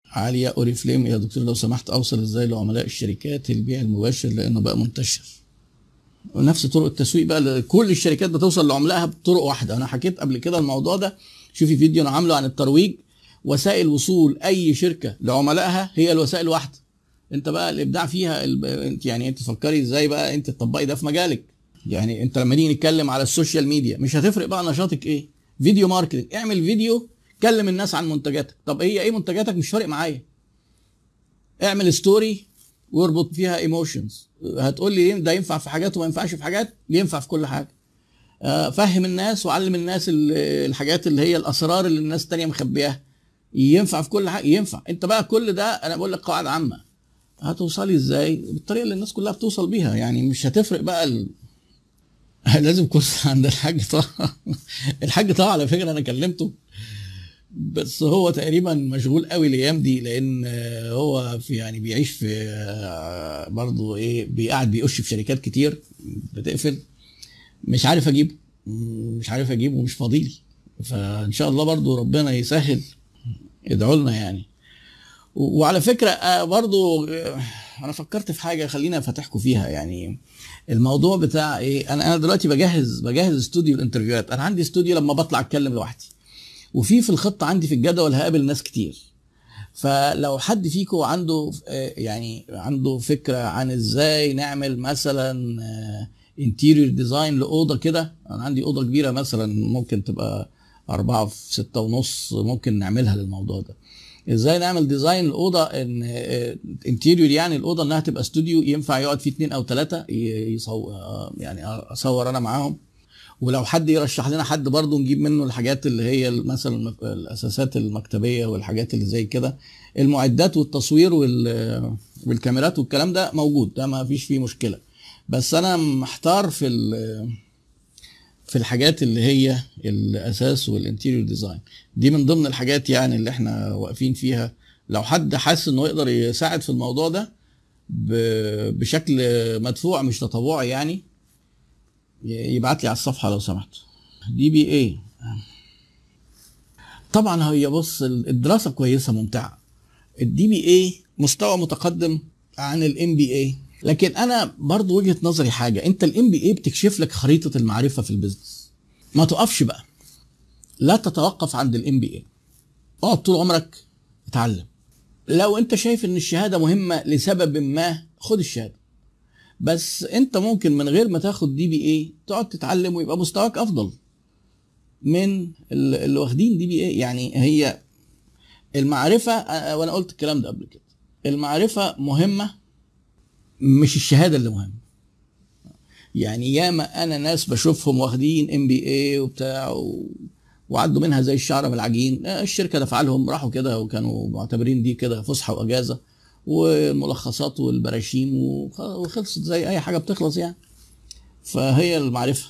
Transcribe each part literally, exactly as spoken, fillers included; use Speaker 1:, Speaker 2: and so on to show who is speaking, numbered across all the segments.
Speaker 1: عاليه اوريفليم: يا دكتور لو سمحت اوصل ازاي لعملاء الشركات البيع المباشر لانه بقى منتشر. ونفس طرق التسويق بقى، كل الشركات بتوصل لعملائها بطرق واحده. انا حكيت قبل كده الموضوع ده، شوفي فيديو انا عامله عن الترويج. وسائل وصول اي شركه لعملائها هي الوسائل واحده. انت بقى الابداع فيها انت، يعني انت تفكري ازاي بقى انت تطبقي ده في مجالك. يعني انت لما نيجي نتكلم على السوشيال ميديا، مش هتفرق بقى نشاطك ايه، فيديو ماركتنج، اعمل فيديو كلم الناس عن منتجاتك. طب هي ايه منتجاتك؟ مش فارق معايا. اعمل ستوري واربط فيها ايموشنز. هتقول لي ده ينفع في حاجات وما ينفعش في حاجات؟ ينفع في كل حاجه. فهم الناس وعلم الناس الحاجات اللي هي الاسرار اللي الناس التانية مخبياها. ينفع في كل حاجه، ينفع. انت بقى كل ده انا بقول لك قواعد عامه. هتوصلي ازاي؟ بالطريقه اللي الناس كلها بتوصل بيها. يعني مش هتفرق بقى ال... لازم كورس عند الحاج طه. الحاج طه على فكره انا كلمته، بس هو تقريبا مشغول قوي الايام دي، لان هو في يعني بيعيش في برضه ايه، بيقعد بيقش في شركات كتير بتقفل. مش عارف اجيبه، مش عارف اجيبه ومش فاضيلي. فان شاء الله برضه ربنا يسهل، ادعوا لنا يعني. وعلى فكره برضه انا فكرت في حاجه، خلينا افتحكم فيها. يعني الموضوع بتاع ايه، انا انا دلوقتي بجهز بجهز استوديو الانترفيوهات. انا عندي استوديو لما بطلع اتكلم لوحدي، وفي في الخطه عندي في الجدول هقابل ناس كتير. فلو حد فيكم عنده يعني عنده فكره عن ازاي نعمل مثلا انتيريور ديزاين لاوضه كده. انا عندي اوضه كبيره مثلا ممكن تبقى أربعة في ستة ونص، ممكن نعملها للموضوع ده. ازاي نعمل ديزاين الاوضه ان انتيريور، يعني الاوضه انها تبقى استوديو ينفع يقعد فيه اتنين او تلاته يصور، يعني اصور انا معاهم. ولو حد يرشح لنا حد برضه نجيب منه الحاجات اللي هي مثلا الاساسات المكتبيه والحاجات اللي زي كده. المعدات والتصوير والكاميرات والكلام ده موجود، ده ما فيش فيه مشكله. بس انا محتار في في الحاجات اللي هي الاساس والانتيريور ديزاين. دي من ضمن الحاجات يعني اللي احنا واقفين فيها. لو حد حاسس انه يقدر يساعد في الموضوع ده بشكل مدفوع مش تطوعي، يعني يبعت لي على الصفحه لو سمحت. دي بي اي طبعا هي بص الدراسه كويسه ممتعه. الدي بي اي مستوى متقدم عن الام بي اي، لكن انا برضو وجهه نظري حاجه، انت الام بي اي بتكشف لك خريطه المعرفه في البيزنس. ما تقفش بقى، لا تتوقف عند الام بي اي، اقعد طول عمرك اتعلم. لو انت شايف ان الشهاده مهمه لسبب ما خد الشهاده، بس انت ممكن من غير ما تاخد دي بي اي تقعد تتعلم ويبقى مستواك افضل من اللي واخدين دي بي اي. يعني هي المعرفه، وانا قلت الكلام ده قبل كده، المعرفه مهمه مش الشهاده اللي مهمه. يعني ياما انا ناس بشوفهم واخدين ام بي اي وبتاع و... وعدوا منها زي الشعره من العجين. الشركه دفع لهم، راحوا كده وكانوا معتبرين دي كده فسحه واجازه، والملخصات والبراشيم وخلصت زي اي حاجه بتخلص يعني. فهي المعرفه.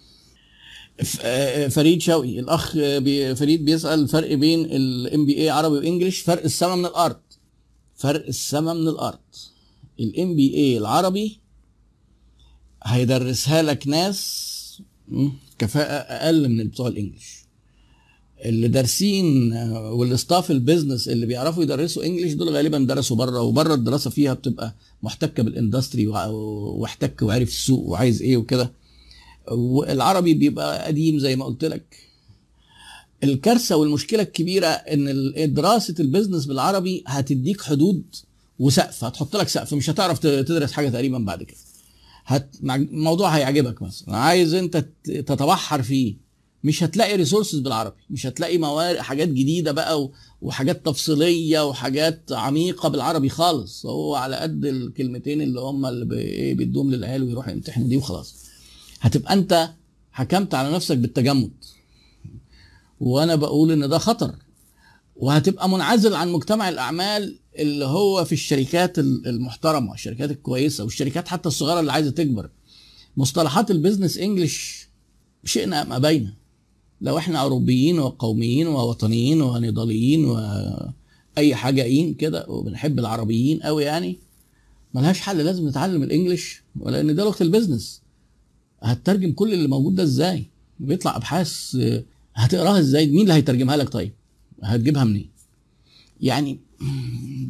Speaker 1: فريد شوقي الاخ بي فريد بيسال الفرق بين الام بي اي عربي وانجليش. فرق السما من الارض، فرق السما من الارض. الام بي اي العربي هيدرسها لك ناس كفاءه اقل من بتوع الانجليش. اللي دارسين والاستاف البيزنس اللي بيعرفوا يدرسوا انجليش دول غالبا درسوا بره، وبره الدراسه فيها بتبقى محتكه بالاندستري واحتك وعارف السوق وعايز ايه وكده. والعربي بيبقى قديم زي ما قلت لك. الكارثه والمشكله الكبيره ان دراسه البيزنس بالعربي هتديك حدود وسقف، هتحط لك سقف، مش هتعرف تدرس حاجه تقريبا بعد كده. هت... الموضوع هيعجبك مثلا، عايز انت تتبحر فيه، مش هتلاقي ريسورسز بالعربي، مش هتلاقي موارد حاجات جديده بقى و... وحاجات تفصيليه وحاجات عميقه بالعربي خالص. هو على قد الكلمتين اللي هم اللي بي... بيدوم للعيال ويروحوا يمتحنوا دي وخلاص. هتبقى انت حكمت على نفسك بالتجمد، وانا بقول ان ده خطر. وهتبقى منعزل عن مجتمع الاعمال اللي هو في الشركات المحترمه، الشركات الكويسه، والشركات حتى الصغيره اللي عايزه تكبر. مصطلحات البيزنس انجلش شئنا ام ابينا، لو احنا اوروبيين وقوميين ووطنيين ونضاليين واي حاجه كده وبنحب العربيين قوي، يعني ملهاش حل، لازم نتعلم الانجليش، ولان ده لغه البيزنس. هتترجم كل اللي موجود ده ازاي؟ بيطلع ابحاث هتقراها ازاي؟ مين اللي هيترجمها لك؟ طيب هتجيبها منين؟ يعني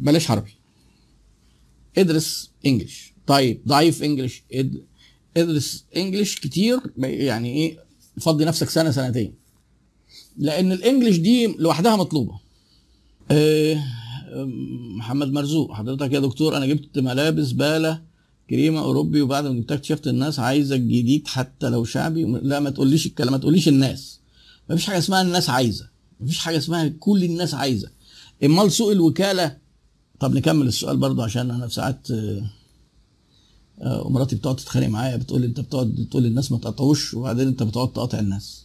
Speaker 1: بلاش عربي، ادرس انجلش. طيب ضعيف انجلش، ادرس انجلش كتير، يعني ايه، فضي نفسك سنه سنتين، لان الانجليش دي لوحدها مطلوبه. أه محمد مرزوق، حضرتك يا دكتور انا جبت ملابس باله كريمه اوروبي وبعد ما جبتها اكتشفت الناس عايزه الجديد حتى لو شعبي. لا ما تقوليش الكلام، ما تقوليش الناس، ما فيش حاجه اسمها الناس عايزه، ما فيش حاجه اسمها كل الناس عايزه. امال سوق الوكاله. طب نكمل السؤال برضو عشان انا في ساعات مراتي بتقعد تتخانق معايا، بتقول لي انت بتقعد تقول للناس ما تقطعوش وبعدين انت بتقعد تقاطع الناس.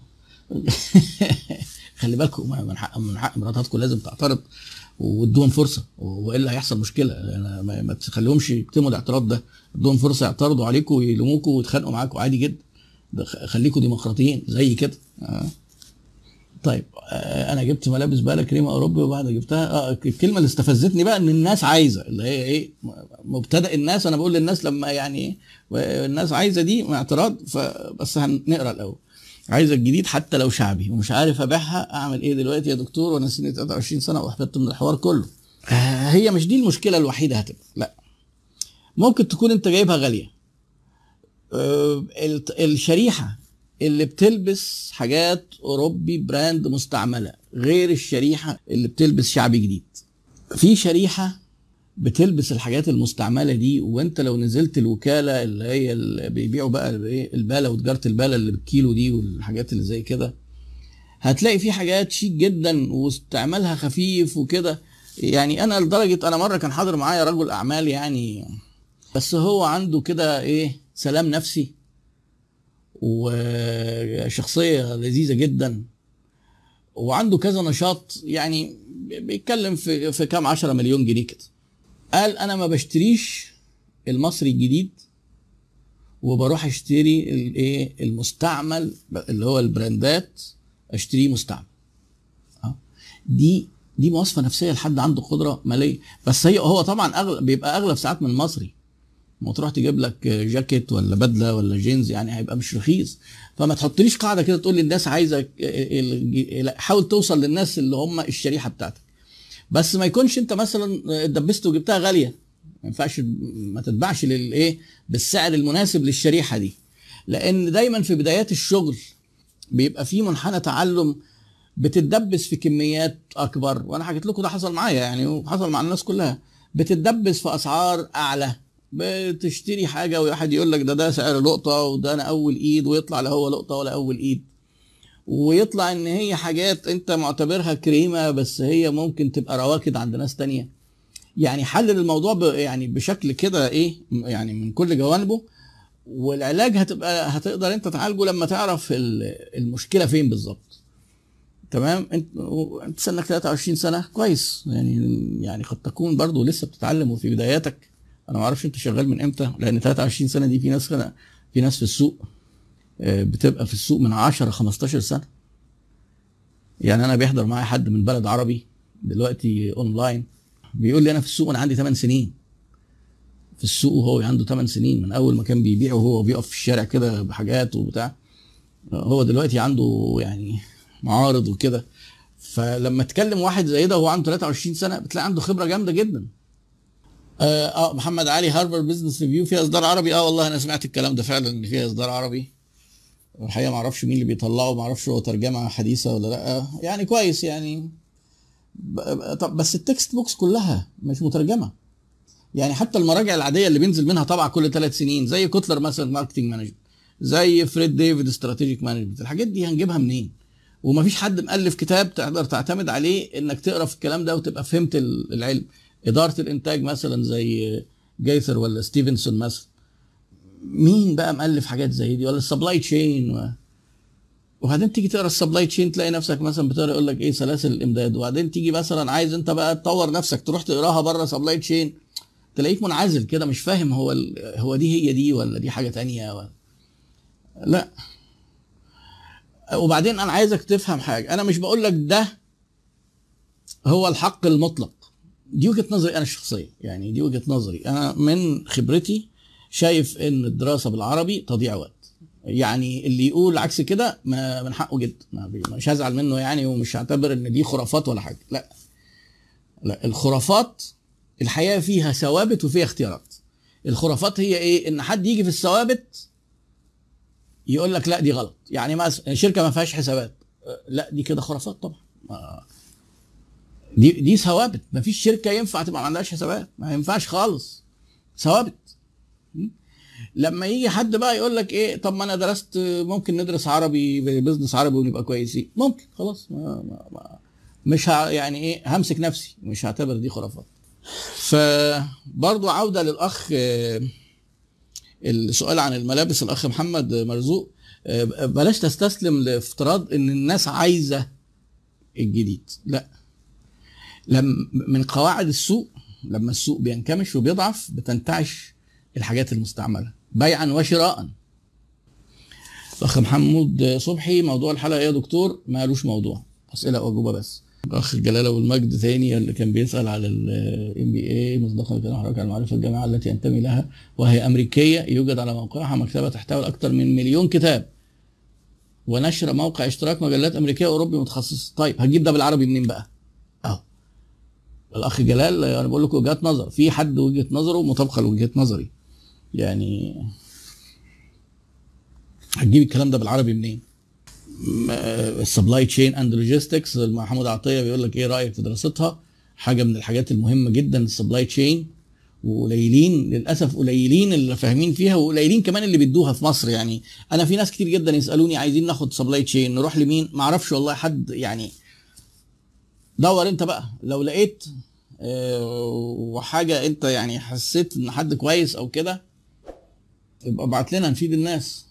Speaker 1: خلي بالكم من حق من حق مراتاتكم لازم تعترض وادوهم فرصه، والا هيحصل مشكله. يعني ما تخليهمش يكتموا الاعتراض ده، ادوهم فرصه يعترضوا عليكم ويلوموكم ويتخانقوا معاكم عادي جدا، خليكم ديمقراطيين زي كده. طيب انا جبت ملابس بقى كريمه اوروبي وبعد جبتها، اه الكلمه اللي استفزتني بقى ان الناس عايزه، اللي هي ايه، مبتدا الناس. انا بقول للناس لما يعني ايه الناس عايزه دي اعتراض، فبس هنقرا الاول. عايزه الجديد حتى لو شعبي ومش عارف ابيعها، اعمل ايه دلوقتي يا دكتور وانا سني ثلاثة وعشرين سنه واحبطت من الحوار كله؟ آه هي مش دي المشكله الوحيده هتبقى، لا ممكن تكون انت جايبها غاليه. آه الشريحه اللي بتلبس حاجات اوروبي براند مستعمله غير الشريحه اللي بتلبس شعبي جديد. في شريحه بتلبس الحاجات المستعمله دي، وانت لو نزلت الوكاله اللي هي اللي بيبيعوا بقى الباله وتجاره الباله اللي بالكيلو دي والحاجات اللي زي كده، هتلاقي في حاجات شيك جدا واستعمالها خفيف وكده. يعني انا لدرجه انا مره كان حاضر معايا رجل اعمال يعني، بس هو عنده كده ايه سلام نفسي وشخصيه لذيذه جدا وعنده كذا نشاط، يعني بيتكلم في في كام عشرة مليون جنيه كده. قال انا ما بشتريش المصري الجديد وبروح اشتري الايه المستعمل اللي هو البراندات، اشتريه مستعمل. دي دي مواصفه نفسيه لحد عنده قدره ماليه. بس هي هو طبعا اغلب بيبقى اغلب ساعات من المصري، ما تروح تجيب لك جاكيت ولا بدله ولا جينز يعني هيبقى مش رخيص. فما تحطليش قاعده كده تقول لي الناس عايزه، حاول توصل للناس اللي هم الشريحه بتاعتك، بس ما يكونش انت مثلا اتدبست وجبتها غاليه. ما ينفعش ما تتباعش للايه بالسعر المناسب للشريحه دي، لان دايما في بدايات الشغل بيبقى في منحنى تعلم، بتتدبس في كميات اكبر. وانا حكيت لكم ده حصل معايا يعني وحصل مع الناس كلها، بتتدبس في اسعار اعلى، بتشتري حاجه وواحد يقول لك ده ده سعر لقطه وده انا اول ايد، ويطلع لا هو لقطه ولا اول ايد، ويطلع ان هي حاجات انت معتبرها كريمه بس هي ممكن تبقى رواكد عند ناس تانية. يعني حلل الموضوع ب يعني بشكل كده ايه يعني من كل جوانبه، والعلاج هتبقى هتقدر انت تعالجه لما تعرف المشكله فين بالظبط. تمام. انت انت سنك ثلاثة وعشرين سنه كويس يعني، يعني قد تكون برضو لسه بتتعلم وفي بداياتك. انا ما اعرفش انت شغال من امتى، لان ثلاثة وعشرين سنه دي في ناس في ناس في السوق بتبقى في السوق من عشرة خمستاشر سنه. يعني انا بيحضر معايا حد من بلد عربي دلوقتي اونلاين بيقول لي انا في السوق وانا عندي ثمان سنين في السوق، وهو عنده ثمان سنين من اول ما كان بيبيع وهو بيقف في الشارع كده بحاجات وبتاع. هو دلوقتي عنده يعني معارض وكده. فلما تكلم واحد زي ده وهو عنده ثلاثة وعشرين سنه بتلاقي عنده خبره جامده جدا. اه, آه محمد علي، هارفارد بزنس ريفيو فيها اصدار عربي. اه والله انا سمعت الكلام ده فعلا ان فيها اصدار عربي. الحقيقه ما اعرفش مين اللي بيطلعه، ما اعرفش هو ترجمه حديثه ولا لا. يعني كويس يعني. طب بس التكست بوكس كلها مش مترجمه. يعني حتى المراجع العاديه اللي بينزل منها طبعا كل ثلاث سنين زي كوتلر مثلا ماركتنج مانجمنت، زي فريد ديفيد استراتيجيك مانجمنت، الحاجات دي هنجيبها منين؟ ومفيش حد مؤلف كتاب تقدر تعتمد عليه انك تقرا في الكلام ده وتبقى فهمت العلم. اداره الانتاج مثلا زي جايثر ولا ستيفنسون مثلا، مين بقى مؤلف حاجات زي دي؟ ولا السبلاي تشين و... وبعدين تيجي تقرا السبلاي تشين تلاقي نفسك مثلا بتقرا يقول لك ايه سلاسل الامداد، وبعدين تيجي مثلا عايز انت بقى تطور نفسك تروح تقراها بره سبلاي تشين تلاقيك منعزل كده مش فاهم هو ال... هو دي هي دي ولا دي حاجه تانية ولا لا. وبعدين انا عايزك تفهم حاجه، انا مش بقول لك ده هو الحق المطلق، دي وجهه نظري انا الشخصيه. يعني دي وجهه نظري انا من خبرتي، شايف ان الدراسه بالعربي تضييع وقت. يعني اللي يقول عكس كده ما من حقه جدا، مش هزعل منه يعني، ومش هعتبر ان دي خرافات ولا حاجه، لا. لا، الخرافات الحياه فيها ثوابت وفيها اختيارات. الخرافات هي ايه؟ ان حد يجي في الثوابت يقول لك لا دي غلط، يعني مثلا شركه ما فيهاش حسابات، لا دي كده خرافات طبعا. دي دي ثوابت، ما فيش شركه ينفع تبقى ما عندهاش حسابات، ما ينفعش خالص، ثوابت. لما يجي حد بقى يقول لك ايه، طب ما انا درست، ممكن ندرس عربي، بزنس عربي ونبقى كويسين، ممكن، خلاص، ما ما ما مش ه يعني ايه، همسك نفسي، مش هعتبر دي خرافات. فبرضو عوده للاخ السؤال عن الملابس، الاخ محمد مرزوق، بلاش تستسلم لافتراض ان الناس عايزه الجديد، لا. لم من قواعد السوق، لما السوق بينكمش وبيضعف بتنتعش الحاجات المستعمله بيعا وشراء. الاخ محمود صبحي، موضوع الحلقه ايه يا دكتور؟ ما قالوش موضوع، اسئله واجوبه بس. الاخ جلاله والمجد ثاني اللي كان بيسال على الام بي اي، مصداقا لكلام حضرتك على معرفه الجامعه التي انتمي لها وهي امريكيه، يوجد على موقعها مكتبه تحتوي اكثر من مليون كتاب ونشر موقع اشتراك مجلات امريكيه واوروبي متخصصه. طيب هتجيب ده بالعربي منين بقى؟ اهو الاخ جلال، انا بقول لكم وجهات نظر، في حد وجهه نظره مطابقه لوجهه نظري، يعني هتجيب الكلام ده بالعربي منين؟ السبلاي تشين اند لوجيستكس، محمود عطيه بيقول لك ايه رايك في دراستها؟ حاجه من الحاجات المهمه جدا السبلاي تشين، وقليلين للاسف، قليلين اللي فاهمين فيها، وقليلين كمان اللي بيدوها في مصر. يعني انا في ناس كتير جدا يسالوني عايزين ناخد سبلاي تشين، نروح لمين؟ ما اعرفش والله حد، يعني دور انت بقى لو لقيت اه وحاجه انت يعني حسيت ان حد كويس او كده، يبقى ابعت لنا نفيد الناس.